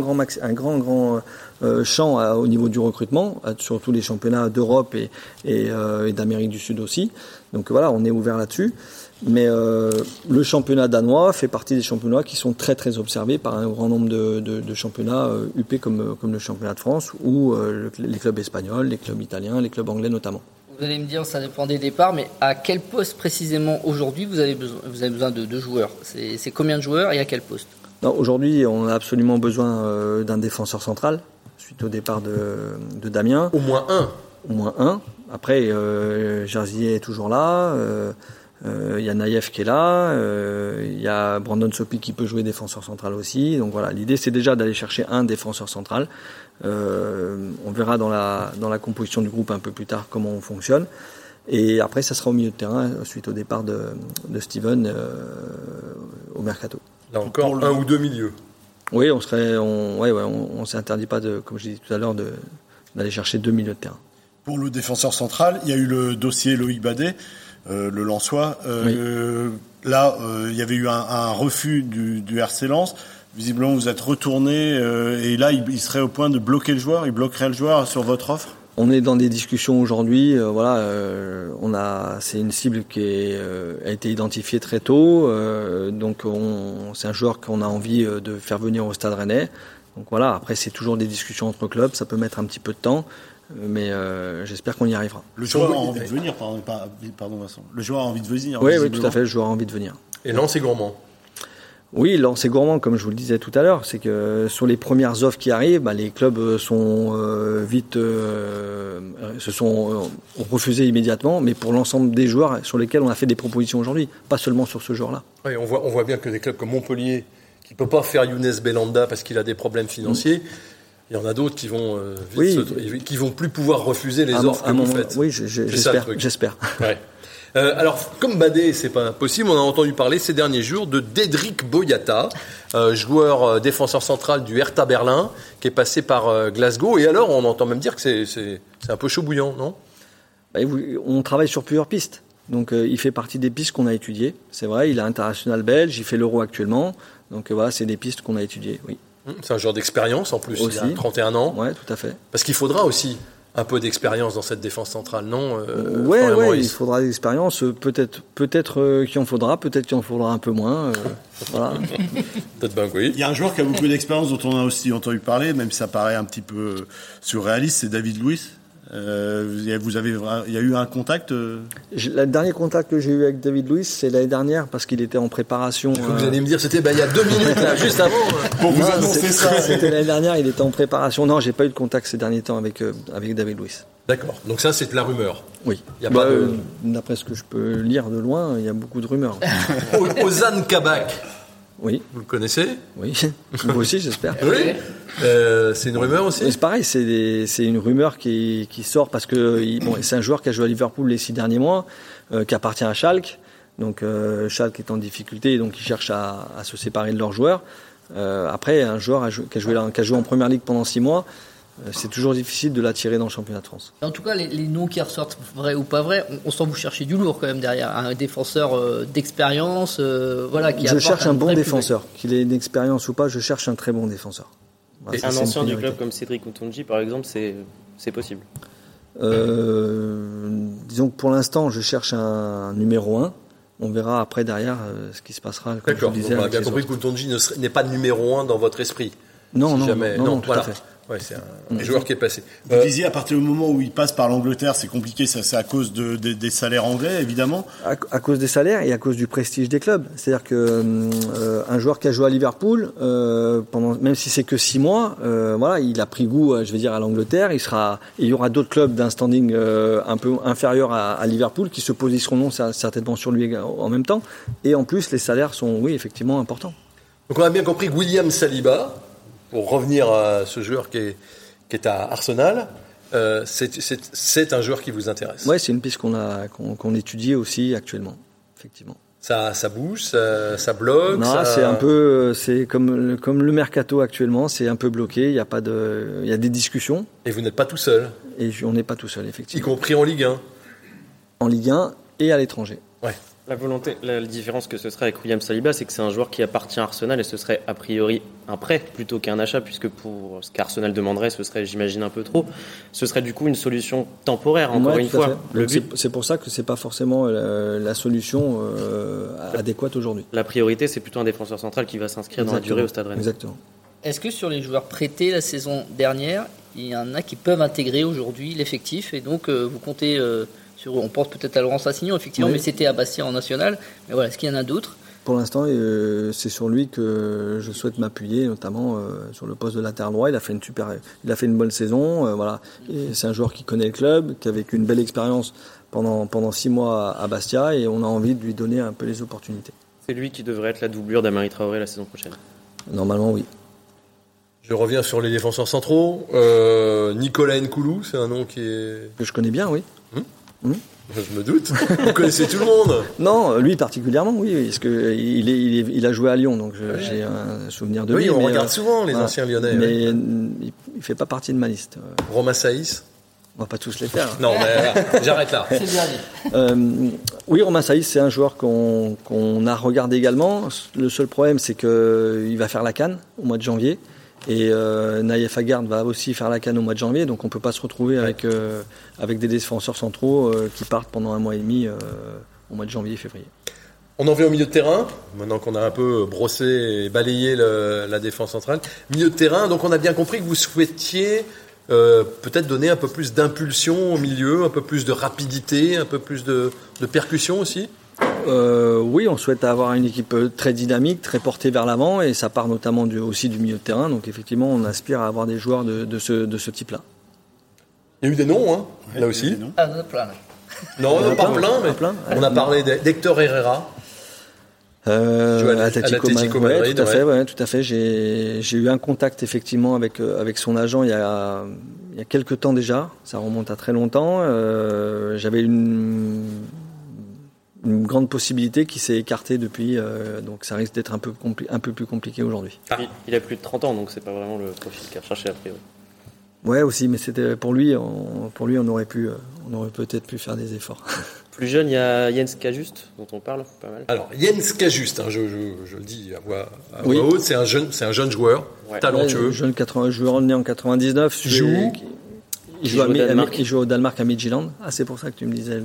champ au niveau du recrutement, sur tous les championnats d'Europe et d'Amérique du Sud aussi. Donc voilà, on est ouvert là-dessus. Mais le championnat danois fait partie des championnats qui sont très très observés par un grand nombre de championnats UP comme le championnat de France ou les clubs espagnols, les clubs italiens, les clubs anglais notamment. Vous allez me dire, ça dépend des départs, mais à quel poste précisément aujourd'hui vous avez besoin de joueurs? C'est combien de joueurs et à quel poste? Non, aujourd'hui, on a absolument besoin d'un défenseur central suite au départ de Damien. Au moins un. Après, Jarzier est toujours là. Il y a Naïef qui est là, il y a Brandon Sopi qui peut jouer défenseur central aussi. Donc voilà, l'idée c'est déjà d'aller chercher un défenseur central. On verra dans la composition du groupe un peu plus tard comment on fonctionne. Et après, ça sera au milieu de terrain suite au départ de Steven au mercato. Là encore, un ou deux milieux. Oui, on s'est interdit pas comme je disais tout à l'heure, d'aller chercher 2 milieux de terrain. Pour le défenseur central, il y a eu le dossier Loïc Badet, le Lensois. Oui. Là, il y avait eu un refus du RC Lens. Visiblement, vous êtes retourné et là, il serait au point de bloquer le joueur. Il bloquerait le joueur sur votre offre. On est dans des discussions aujourd'hui. C'est une cible qui a été identifiée très tôt. Donc, c'est un joueur qu'on a envie de faire venir au Stade Rennais. Donc voilà. Après, c'est toujours des discussions entre clubs. Ça peut mettre un petit peu de temps. Mais j'espère qu'on y arrivera. Le joueur a envie de venir, pardon Vincent. Le joueur a envie de venir. Oui, tout à fait. Le joueur a envie de venir. Et Lens est gourmand. Oui, Lens est gourmand, comme je vous le disais tout à l'heure. C'est que sur les premières offres qui arrivent, les clubs sont ont refusé immédiatement. Mais pour l'ensemble des joueurs sur lesquels on a fait des propositions aujourd'hui, pas seulement sur ce joueur-là. Oui, on voit bien que des clubs comme Montpellier, qui ne peut pas faire Younes Belhanda parce qu'il a des problèmes financiers. Il y en a d'autres qui vont qui vont plus pouvoir refuser les offres que vous faites. Oui, j'espère. Ouais. Alors, comme Badet, c'est pas possible, on a entendu parler ces derniers jours de Dedrick Boyata, joueur défenseur central du Hertha Berlin, qui est passé par Glasgow. Et alors, on entend même dire que c'est un peu chaud bouillant, non ? On travaille sur plusieurs pistes. Donc, il fait partie des pistes qu'on a étudiées. C'est vrai, il est international belge, il fait l'Euro actuellement. Donc voilà, c'est des pistes qu'on a étudiées, oui. C'est un joueur d'expérience en plus, aussi. Il a 31 ans. Oui, tout à fait. Parce qu'il faudra aussi un peu d'expérience dans cette défense centrale, non ? Oui, il faudra de l'expérience. Peut-être qu'il en faudra, peut-être qu'il en faudra un peu moins. Voilà. Peut-être bien que oui. Il y a un joueur qui a beaucoup d'expérience dont on a aussi entendu parler, même si ça paraît un petit peu surréaliste, c'est David Luiz. Il y a eu un contact Le dernier contact que j'ai eu avec David Luiz, c'est l'année dernière, parce qu'il était en préparation. Vous allez me dire, c'était il y a 2 minutes, là, juste avant. Pour vous annoncer ça. C'était l'année dernière, il était en préparation. Non, j'ai pas eu de contact ces derniers temps avec David Luiz. D'accord, donc ça, c'est de la rumeur. Oui. Il y a pas de... D'après ce que je peux lire de loin, il y a beaucoup de rumeurs. Ozan Kabak. Oui. Vous le connaissez ? Oui, moi aussi j'espère. Oui. C'est une rumeur aussi ? Mais c'est pareil, c'est une rumeur qui sort parce que c'est un joueur qui a joué à Liverpool les 6 derniers mois, qui appartient à Schalke. Donc Schalke est en difficulté, donc ils cherchent à se séparer de leurs joueurs. Après, un joueur qui a joué en Première Ligue pendant 6 mois, c'est toujours difficile de l'attirer dans le championnat de France. En tout cas, les noms qui ressortent, vrais ou pas vrais, on sent vous chercher du lourd quand même derrière. Un défenseur d'expérience, Je cherche un bon défenseur. Qu'il ait une expérience ou pas, je cherche un très bon défenseur. Voilà, un ancien du club comme Cédric Outonji, par exemple, c'est possible. Disons que pour l'instant, je cherche un numéro 1. On verra après derrière ce qui se passera. D'accord, on a bien compris que Outonji n'est pas numéro 1 dans votre esprit. Non, tout à fait. Ouais, c'est un joueur qui est passé. Vous disiez, à partir du moment où il passe par l'Angleterre, c'est compliqué, ça, c'est à cause des salaires anglais, évidemment. À cause des salaires et à cause du prestige des clubs. C'est-à-dire que un joueur qui a joué à Liverpool, même si c'est que 6 mois, il a pris goût, à l'Angleterre. Il y aura d'autres clubs d'un standing un peu inférieur à Liverpool qui se positionneront certainement sur lui en même temps. Et en plus, les salaires sont, oui, effectivement, importants. Donc on a bien compris que William Saliba, pour revenir à ce joueur qui est à Arsenal, c'est un joueur qui vous intéresse. Oui, c'est une piste qu'on étudie aussi actuellement, effectivement. Ça bouge, ça bloque. Non, c'est comme le mercato actuellement, c'est un peu bloqué. Il y a des discussions. Et vous n'êtes pas tout seul. Et on n'est pas tout seul, effectivement. Y compris en Ligue 1. En Ligue 1 et à l'étranger. Ouais. La différence que ce serait avec William Saliba, c'est que c'est un joueur qui appartient à Arsenal et ce serait a priori un prêt plutôt qu'un achat, puisque pour ce qu'Arsenal demanderait, ce serait, j'imagine, un peu trop. Ce serait du coup une solution temporaire, encore une fois. C'est pour ça que c'est pas forcément la solution adéquate aujourd'hui. La priorité, c'est plutôt un défenseur central qui va s'inscrire dans la durée au Stade Rennais. Exactement. Est-ce que sur les joueurs prêtés la saison dernière, il y en a qui peuvent intégrer aujourd'hui l'effectif et donc vous comptez on pense peut-être à Laurent Sassignon, effectivement, oui. Mais c'était à Bastia en national. Mais voilà, est-ce qu'il y en a d'autres ? pour l'instant, c'est sur lui que je souhaite m'appuyer, notamment sur le poste de latéral droit. Il a fait une bonne saison, voilà. Et c'est un joueur qui connaît le club, qui a vécu une belle expérience pendant 6 mois à Bastia, et on a envie de lui donner un peu les opportunités. C'est lui qui devrait être la doublure d'Amari Traoré la saison prochaine. Normalement, oui. Je reviens sur les défenseurs centraux. Nicolas Nkoulou, c'est un nom que je connais bien, oui. Je me doute. Vous connaissez tout le monde. Non, lui particulièrement, oui, parce que il a joué à Lyon, donc j'ai un souvenir de lui. Oui, on regarde souvent les anciens Lyonnais. Mais il fait pas partie de ma liste. Romain Saïs. On va pas tous les faire. Non, mais j'arrête là. C'est bien dit. Oui, Romain Saïs, c'est un joueur qu'on a regardé également. Le seul problème, c'est qu'il va faire la CAN au mois de janvier. Et Naïef Aguerd va aussi faire la CAN au mois de janvier. Donc on peut pas se retrouver avec des défenseurs centraux qui partent pendant 1 mois et demi au mois de janvier et février. On en vient au milieu de terrain, maintenant qu'on a un peu brossé et balayé la défense centrale. Milieu de terrain, donc on a bien compris que vous souhaitiez peut-être donner un peu plus d'impulsion au milieu, un peu plus de rapidité, un peu plus de percussion aussi. Oui, on souhaite avoir une équipe très dynamique, très portée vers l'avant, et ça part notamment aussi du milieu de terrain. Donc effectivement, on aspire à avoir des joueurs de ce type-là. Il y a eu des noms, hein, là aussi. Ah, on en a plein là. Non, pas plein, mais on a parlé d'Hector Herrera. Atlético Madrid, tout à fait. J'ai eu un contact effectivement avec son agent il y a quelques temps déjà. Ça remonte à très longtemps. J'avais une grande possibilité qui s'est écartée depuis, donc ça risque d'être un peu plus compliqué aujourd'hui. Il a plus de 30 ans, donc c'est pas vraiment le profil qu'il recherchait a priori. Ouais, aussi, mais c'était pour lui, on aurait peut-être pu faire des efforts. Plus jeune, il y a Jens Cajuste, dont on parle pas mal. Alors, Jens Cajuste, je le dis à voix haute, c'est un jeune joueur, talentueux. Jeune joueur né en 99. Il joue au Danemark à Midtjylland. Ah, c'est pour ça que tu me disais.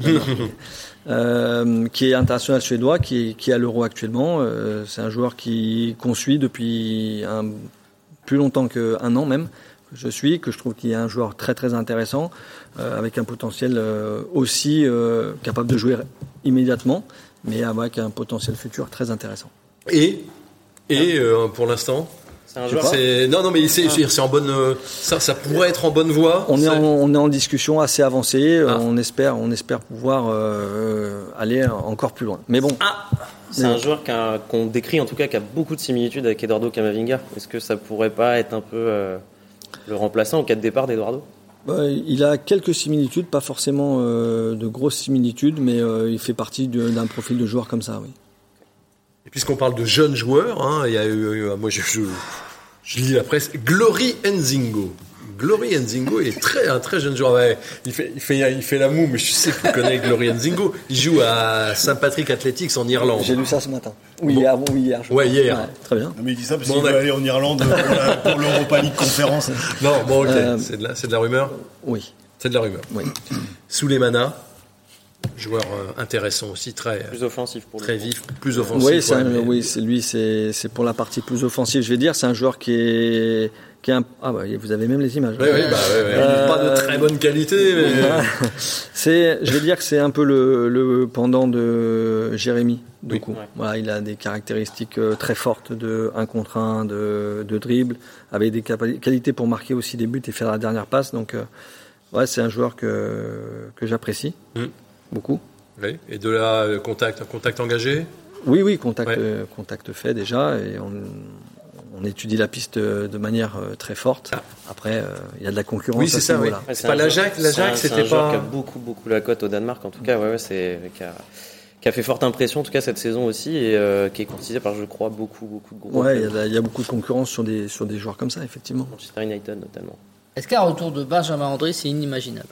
Qui est international suédois, qui est à l'Euro actuellement. C'est un joueur qu'on suit depuis plus longtemps qu'un an même. Que je trouve qu'il est un joueur très très intéressant, avec un potentiel aussi capable de jouer immédiatement, mais avec un potentiel futur très intéressant. Et pour l'instant, c'est un joueur. Mais c'est en bonne. Ça pourrait être en bonne voie. On est en discussion assez avancée. On espère pouvoir aller encore plus loin. Mais bon. C'est un joueur qu'on décrit en tout cas qui a beaucoup de similitudes avec Eduardo Camavinga. Est-ce que ça pourrait pas être un peu le remplaçant au cas de départ d'Eduardo? Il a quelques similitudes, pas forcément de grosses similitudes, mais il fait partie d'un profil de joueur comme ça, oui. Et puisqu'on parle de jeunes joueurs, il y a eu, moi je lis la presse, Glory Nzingo. Glory Nzingo, il est un très jeune joueur. Ouais, il fait la moue, mais je sais que tu connais Glory Nzingo. Il joue à St. Patrick Athletics en Irlande. J'ai lu ça ce matin. Hier. Ouais, hier. Ouais, très bien. Non, mais il dit ça parce qu'il veut aller en Irlande pour l'Europa League conférence. Non, bon, ok. C'est de la rumeur. Oui. C'est de la rumeur. Oui. Souleymana, joueur intéressant aussi, plus offensif pour très vif, plus offensif. Oui, c'est pour la partie plus offensive. Je vais dire, c'est un joueur qui est vous avez même les images. Oui, pas de très bonne qualité, mais je vais dire que c'est un peu le pendant de Jérémy Doku. Ouais. Voilà, il a des caractéristiques très fortes de 1 contre 1, de dribble, avec des qualités pour marquer aussi des buts et faire la dernière passe. Donc, c'est un joueur que j'apprécie beaucoup. Oui. Et de là, contact engagé. Oui, contact fait déjà, et on étudie la piste de manière très forte. Après, il y a de la concurrence. Oui, c'est ça. Oui. C'est pas l'Ajax. L'Ajax, c'était pas. C'est un joueur qui a beaucoup la cote au Danemark. En tout cas, qui a fait forte impression, en tout cas cette saison aussi, et qui est courtisé par, je crois, beaucoup de groupes. Ouais, il y a beaucoup de concurrence sur des joueurs comme ça, effectivement. Manchester United notamment. Est-ce qu'un retour de Benjamin André, c'est inimaginable?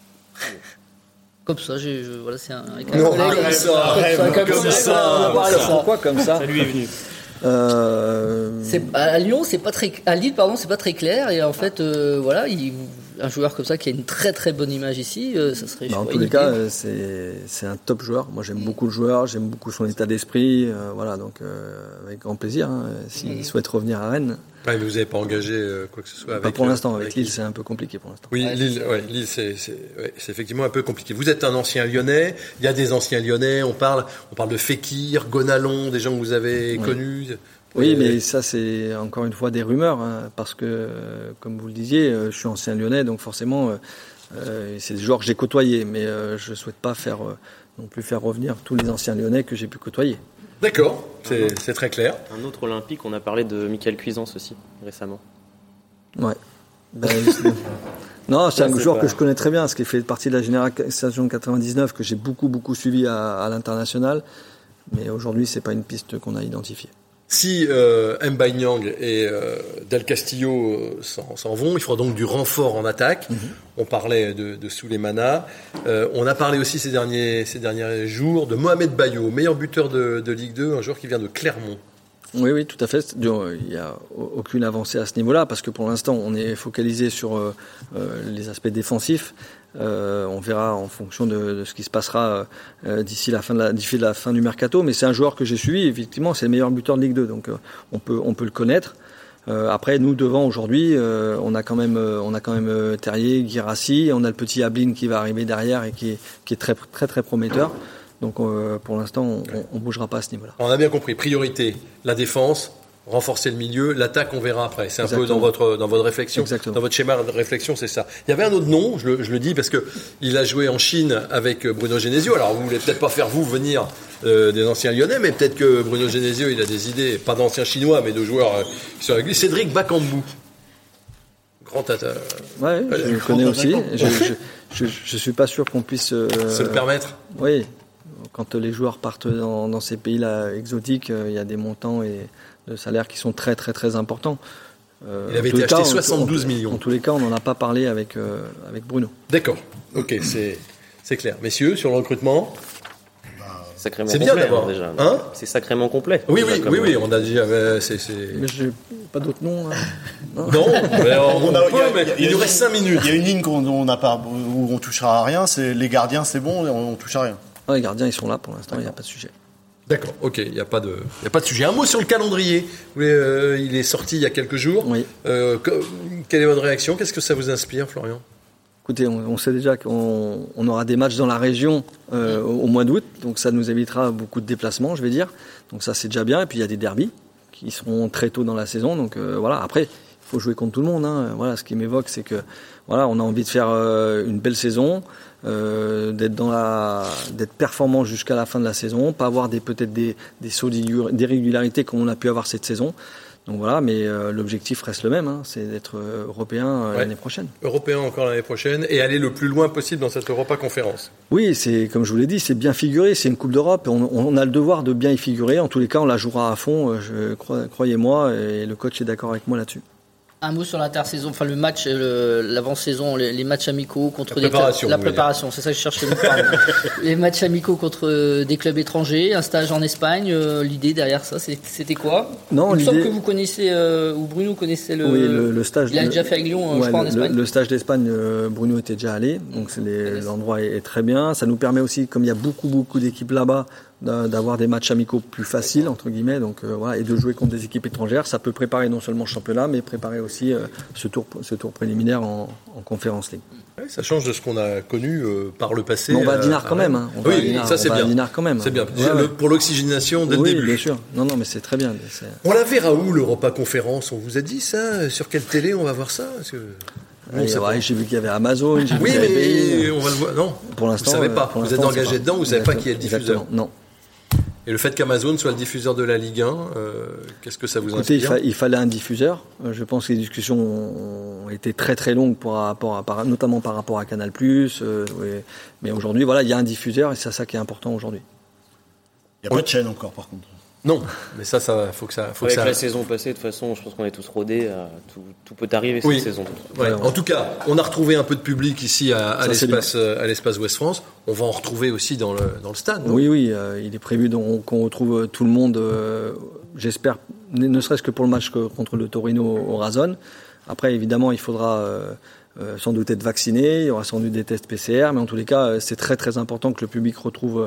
Comme ça, c'est un. Non, comme ça. Pourquoi comme ça? Ça lui est venu. À Lyon, c'est pas très. À Lille, pardon, c'est pas très clair. Et en fait, un joueur comme ça qui a une très très bonne image ici, ça serait. En tous les cas, c'est un top joueur. Moi, j'aime beaucoup le joueur, j'aime beaucoup son état d'esprit. Voilà, donc avec grand plaisir. S'il souhaite revenir à Rennes. Ouais, mais vous n'avez pas engagé quoi que ce soit avec. Pas pour l'instant. Avec Lille, c'est un peu compliqué pour l'instant. Oui, Lille, c'est effectivement un peu compliqué. Vous êtes un ancien Lyonnais. Il y a des anciens Lyonnais. On parle de Fekir, Gonalon, des gens que vous avez connus. Oui, mais ça, c'est encore une fois des rumeurs, parce que, comme vous le disiez, je suis ancien Lyonnais, donc forcément, c'est des joueurs que j'ai côtoyés, mais je ne souhaite pas non plus faire revenir tous les anciens Lyonnais que j'ai pu côtoyer. D'accord, c'est très clair. Un autre Olympique, on a parlé de Michael Cuisance aussi, récemment. Ouais. Non, c'est un joueur que je connais très bien, parce qu'il fait partie de la génération 99, que j'ai beaucoup suivi à l'international, mais aujourd'hui, c'est pas une piste qu'on a identifiée. Si Mbaye Niang et Del Castillo s'en vont, il faudra donc du renfort en attaque. On parlait de Souleymana. On a parlé aussi ces derniers jours de Mohamed Bayo, meilleur buteur de Ligue 2, un joueur qui vient de Clermont. Oui, tout à fait. Il n'y a aucune avancée à ce niveau-là, parce que pour l'instant, on est focalisé sur les aspects défensifs. On verra en fonction de ce qui se passera d'ici la fin du mercato. Mais c'est un joueur que j'ai suivi. Effectivement, c'est le meilleur buteur de Ligue 2, donc on peut le connaître. Après, nous devant aujourd'hui, on a quand même Terrier, Guirassy, on a le petit Ablin qui va arriver derrière et qui est très très très prometteur. Donc pour l'instant, on bougera pas à ce niveau-là. On a bien compris. Priorité, la défense, renforcer le milieu, l'attaque, on verra après. C'est Exactement. Un peu dans votre réflexion. Exactement. Dans votre schéma de réflexion, c'est ça. Il y avait un autre nom, je le dis parce que il a joué en Chine avec Bruno Genesio. Alors vous voulez peut-être pas faire venir des anciens Lyonnais, mais peut-être que Bruno Genesio, il a des idées, pas d'anciens Chinois, mais de joueurs qui sont avec lui. Cédric Bakambu. Grand tata. Ouais, je le connais aussi. Je suis pas sûr qu'on puisse se le permettre. Oui. Quand les joueurs partent dans ces pays-là exotiques, il y a des montants et de salaires qui sont très très très importants. Il avait été acheté 72 millions. En tous les cas, on n'en a pas parlé avec Bruno. D'accord. Ok, c'est clair. Messieurs, sur le recrutement. Sacrément c'est complet, bien d'avoir. Déjà. Hein, c'est sacrément complet. Oui, on a dit. Mais j'ai pas d'autres noms. Non, mais il nous reste 5 minutes. Il y a une ligne où on touchera à rien, c'est les gardiens, c'est bon, on touche à rien. Les gardiens, ils sont là pour l'instant, il n'y a pas de sujet. D'accord, ok, il n'y a pas de sujet. Un mot sur le calendrier. Il est sorti il y a quelques jours. Oui. Quelle est votre réaction? Qu'est-ce que ça vous inspire, Florian? Écoutez, on sait déjà qu'on aura des matchs dans la région au mois d'août, donc ça nous évitera beaucoup de déplacements, je vais dire. Donc ça, c'est déjà bien. Et puis il y a des derbys qui seront très tôt dans la saison. Donc voilà. Après, il faut jouer contre tout le monde. Voilà, ce qui m'évoque, c'est que voilà, on a envie de faire une belle saison. D'être performant jusqu'à la fin de la saison, pas avoir peut-être des sauts d'irrégularité comme on a pu avoir cette saison. Donc voilà, mais l'objectif reste le même, c'est d'être européen l'année prochaine. Européen encore l'année prochaine et aller le plus loin possible dans cette Europa Conférence. Oui, c'est comme je vous l'ai dit, c'est bien figuré, c'est une Coupe d'Europe, on a le devoir de bien y figurer. En tous les cas, on la jouera à fond, croyez-moi, et le coach est d'accord avec moi là-dessus. Un mot sur l'intersaison, enfin le match, l'avant-saison, les matchs amicaux contre la préparation, c'est ça que je cherchais. Les matchs amicaux contre des clubs étrangers, un stage en Espagne. L'idée derrière ça, c'était quoi? Non, il me semble que vous connaissez ou Bruno connaissait le stage. Il a déjà fait avec Lyon, je crois, en Espagne. Le stage d'Espagne, Bruno était déjà allé, donc l'endroit est très bien. Ça nous permet aussi, comme il y a beaucoup d'équipes là-bas, d'avoir des matchs amicaux plus faciles entre guillemets, donc voilà, et de jouer contre des équipes étrangères. Ça peut préparer non seulement le championnat, mais préparer aussi ce tour préliminaire en Conference League. Ouais, ça change de ce qu'on a connu par le passé. Mais on va à Dinard quand même. Ça c'est bien. Dinard quand même. C'est bien. Pour l'oxygénation dès le début. Oui, bien sûr. Non, mais c'est très bien. On la verra où l'Europa Conférence? On vous a dit ça? Sur quelle télé on va voir ça? J'ai vu qu'il y avait Amazon. Oui, mais on va le voir. Non. Pour l'instant, vous savez pas. Vous êtes engagé dedans. Vous savez pas qui est le diffuseur. Exactement. Non. Et le fait qu'Amazon soit le diffuseur de la Ligue 1, qu'est-ce que ça vous inspire? Il fallait un diffuseur. Je pense que les discussions ont été très très longues notamment par rapport à Canal+. Mais aujourd'hui, voilà, il y a un diffuseur et c'est ça qui est important aujourd'hui. Il n'y a pas de chaîne encore, par contre. Non, mais ça faut que ça. Avec la saison passée, de toute façon, je pense qu'on est tous rodés. Tout peut arriver cette saison. Ouais. En tout cas, on a retrouvé un peu de public ici à l'espace Ouest France. On va en retrouver aussi dans le stade. Non? Oui, il est prévu qu'on retrouve tout le monde. J'espère, ne serait-ce que pour le match contre le Torino au Razone. Après, évidemment, il faudra sans doute être vaccinés, il y aura sans doute des tests PCR, mais en tous les cas, c'est très très important que le public retrouve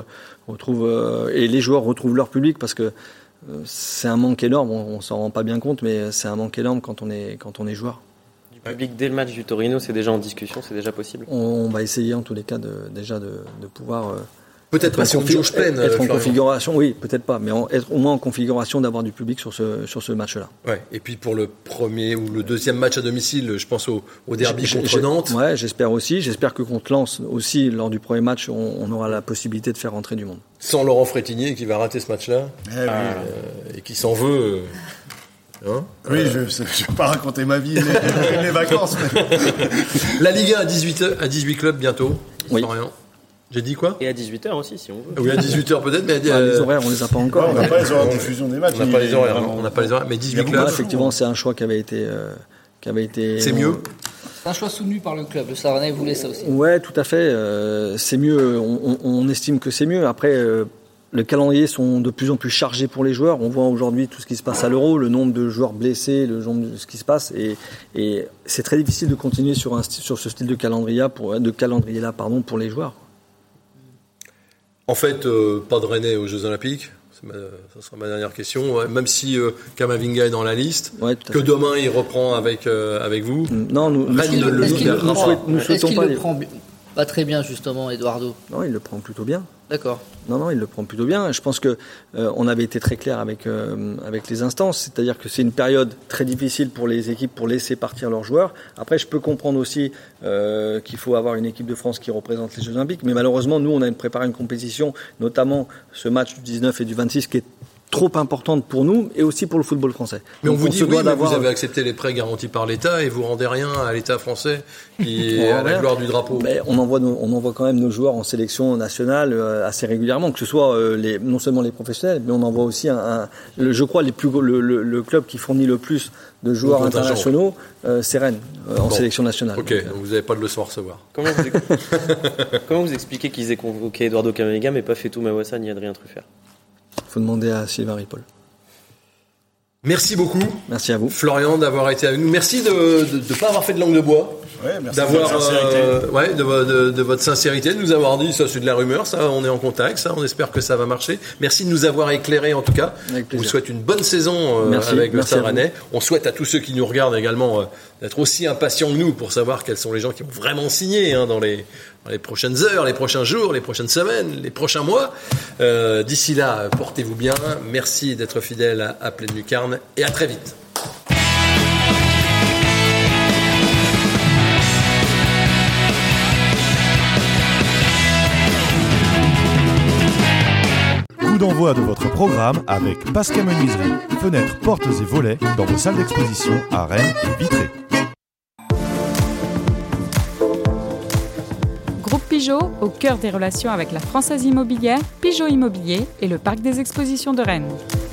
et les joueurs retrouvent leur public, parce que c'est un manque énorme. On s'en rend pas bien compte, mais c'est un manque énorme quand on est joueur. Du public dès le match du Torino, c'est déjà en discussion, c'est déjà possible. On va essayer en tous les cas de pouvoir. Peut-être pas sur une jauge pleine. Être en configuration, oui, peut-être pas, mais être au moins en configuration d'avoir du public sur ce match-là. Ouais. Et puis pour le premier ou le deuxième match à domicile, je pense au derby contre Nantes. Ouais, j'espère aussi. J'espère que contre Lens aussi, lors du premier match, on aura la possibilité de faire rentrer du monde. Sans Laurent Frétinier qui va rater ce match-là et qui s'en veut. Oui, je ne vais pas raconter ma vie, les vacances. Mais... La Ligue 1 à 18 clubs bientôt. Oui. J'ai dit quoi ? Et à 18h aussi, si on veut. Oui, à 18h peut-être, mais les horaires, on les a pas encore. On n'a pas les horaires de diffusion des matchs. On n'a pas les horaires, mais 18 clubs. Effectivement, c'est un choix qui avait été. C'est mieux. C'est un choix soutenu par le club. Le Stade Rennais voulait ça aussi. Ouais, tout à fait. C'est mieux. On estime que c'est mieux. Après, le calendrier sont de plus en plus chargés pour les joueurs. On voit aujourd'hui tout ce qui se passe à l'Euro, le nombre de joueurs blessés, le nombre de ce qui se passe, et c'est très difficile de continuer sur ce style de calendrier là, pour les joueurs. En fait, pas de Rennais aux Jeux Olympiques. Ça sera ma dernière question. Même si Kamavinga est dans la liste, que demain il reprend avec vous. Non, nous souhaitons pas. Pas très bien justement, Eduardo. Non, il le prend plutôt bien. D'accord. Non, il le prend plutôt bien. Je pense que on avait été très clair avec les instances, c'est-à-dire que c'est une période très difficile pour les équipes pour laisser partir leurs joueurs. Après, je peux comprendre aussi qu'il faut avoir une équipe de France qui représente les Jeux Olympiques, mais malheureusement, nous, on a préparé une compétition, notamment ce match du 19 et du 26, qui est trop importante pour nous et aussi pour le football français. Mais donc on vous dit oui, mais vous avez accepté les prêts garantis par l'État et vous rendez rien à l'État français qui est à la gloire du drapeau. Mais on envoie quand même nos joueurs en sélection nationale assez régulièrement, que ce soit non seulement les professionnels, mais on envoie aussi je crois le club qui fournit le plus de joueurs internationaux, c'est Rennes en sélection nationale. Ok, donc vous n'avez pas de leçon à recevoir. Comment vous expliquez qu'ils aient convoqué Eduardo Camavinga mais pas Fetou Mawassa ni Adrien Truffert? Faut demander à Sylvain Ripoll. Merci beaucoup. Merci à vous. Florian, d'avoir été avec nous. Merci de ne pas avoir fait de langue de bois. Ouais, merci de votre sincérité, de nous avoir dit ça c'est de la rumeur, ça on est en contact, ça on espère que ça va marcher. Merci de nous avoir éclairé en tout cas. On vous souhaite une bonne saison avec le Stade Rennais. On souhaite à tous ceux qui nous regardent également d'être aussi impatients que nous pour savoir quels sont les gens qui vont vraiment signer dans les prochaines heures, les prochains jours, les prochaines semaines, les prochains mois. D'ici là, portez-vous bien. Merci d'être fidèles à Pleine Lucarne et à très vite. Coup d'envoi de votre programme avec Pascal Menuiserie, fenêtres, portes et volets dans vos salles d'exposition à Rennes et Vitré. Groupe Pigeot, au cœur des relations avec la Française Immobilière, Pigeot Immobilier et le Parc des Expositions de Rennes.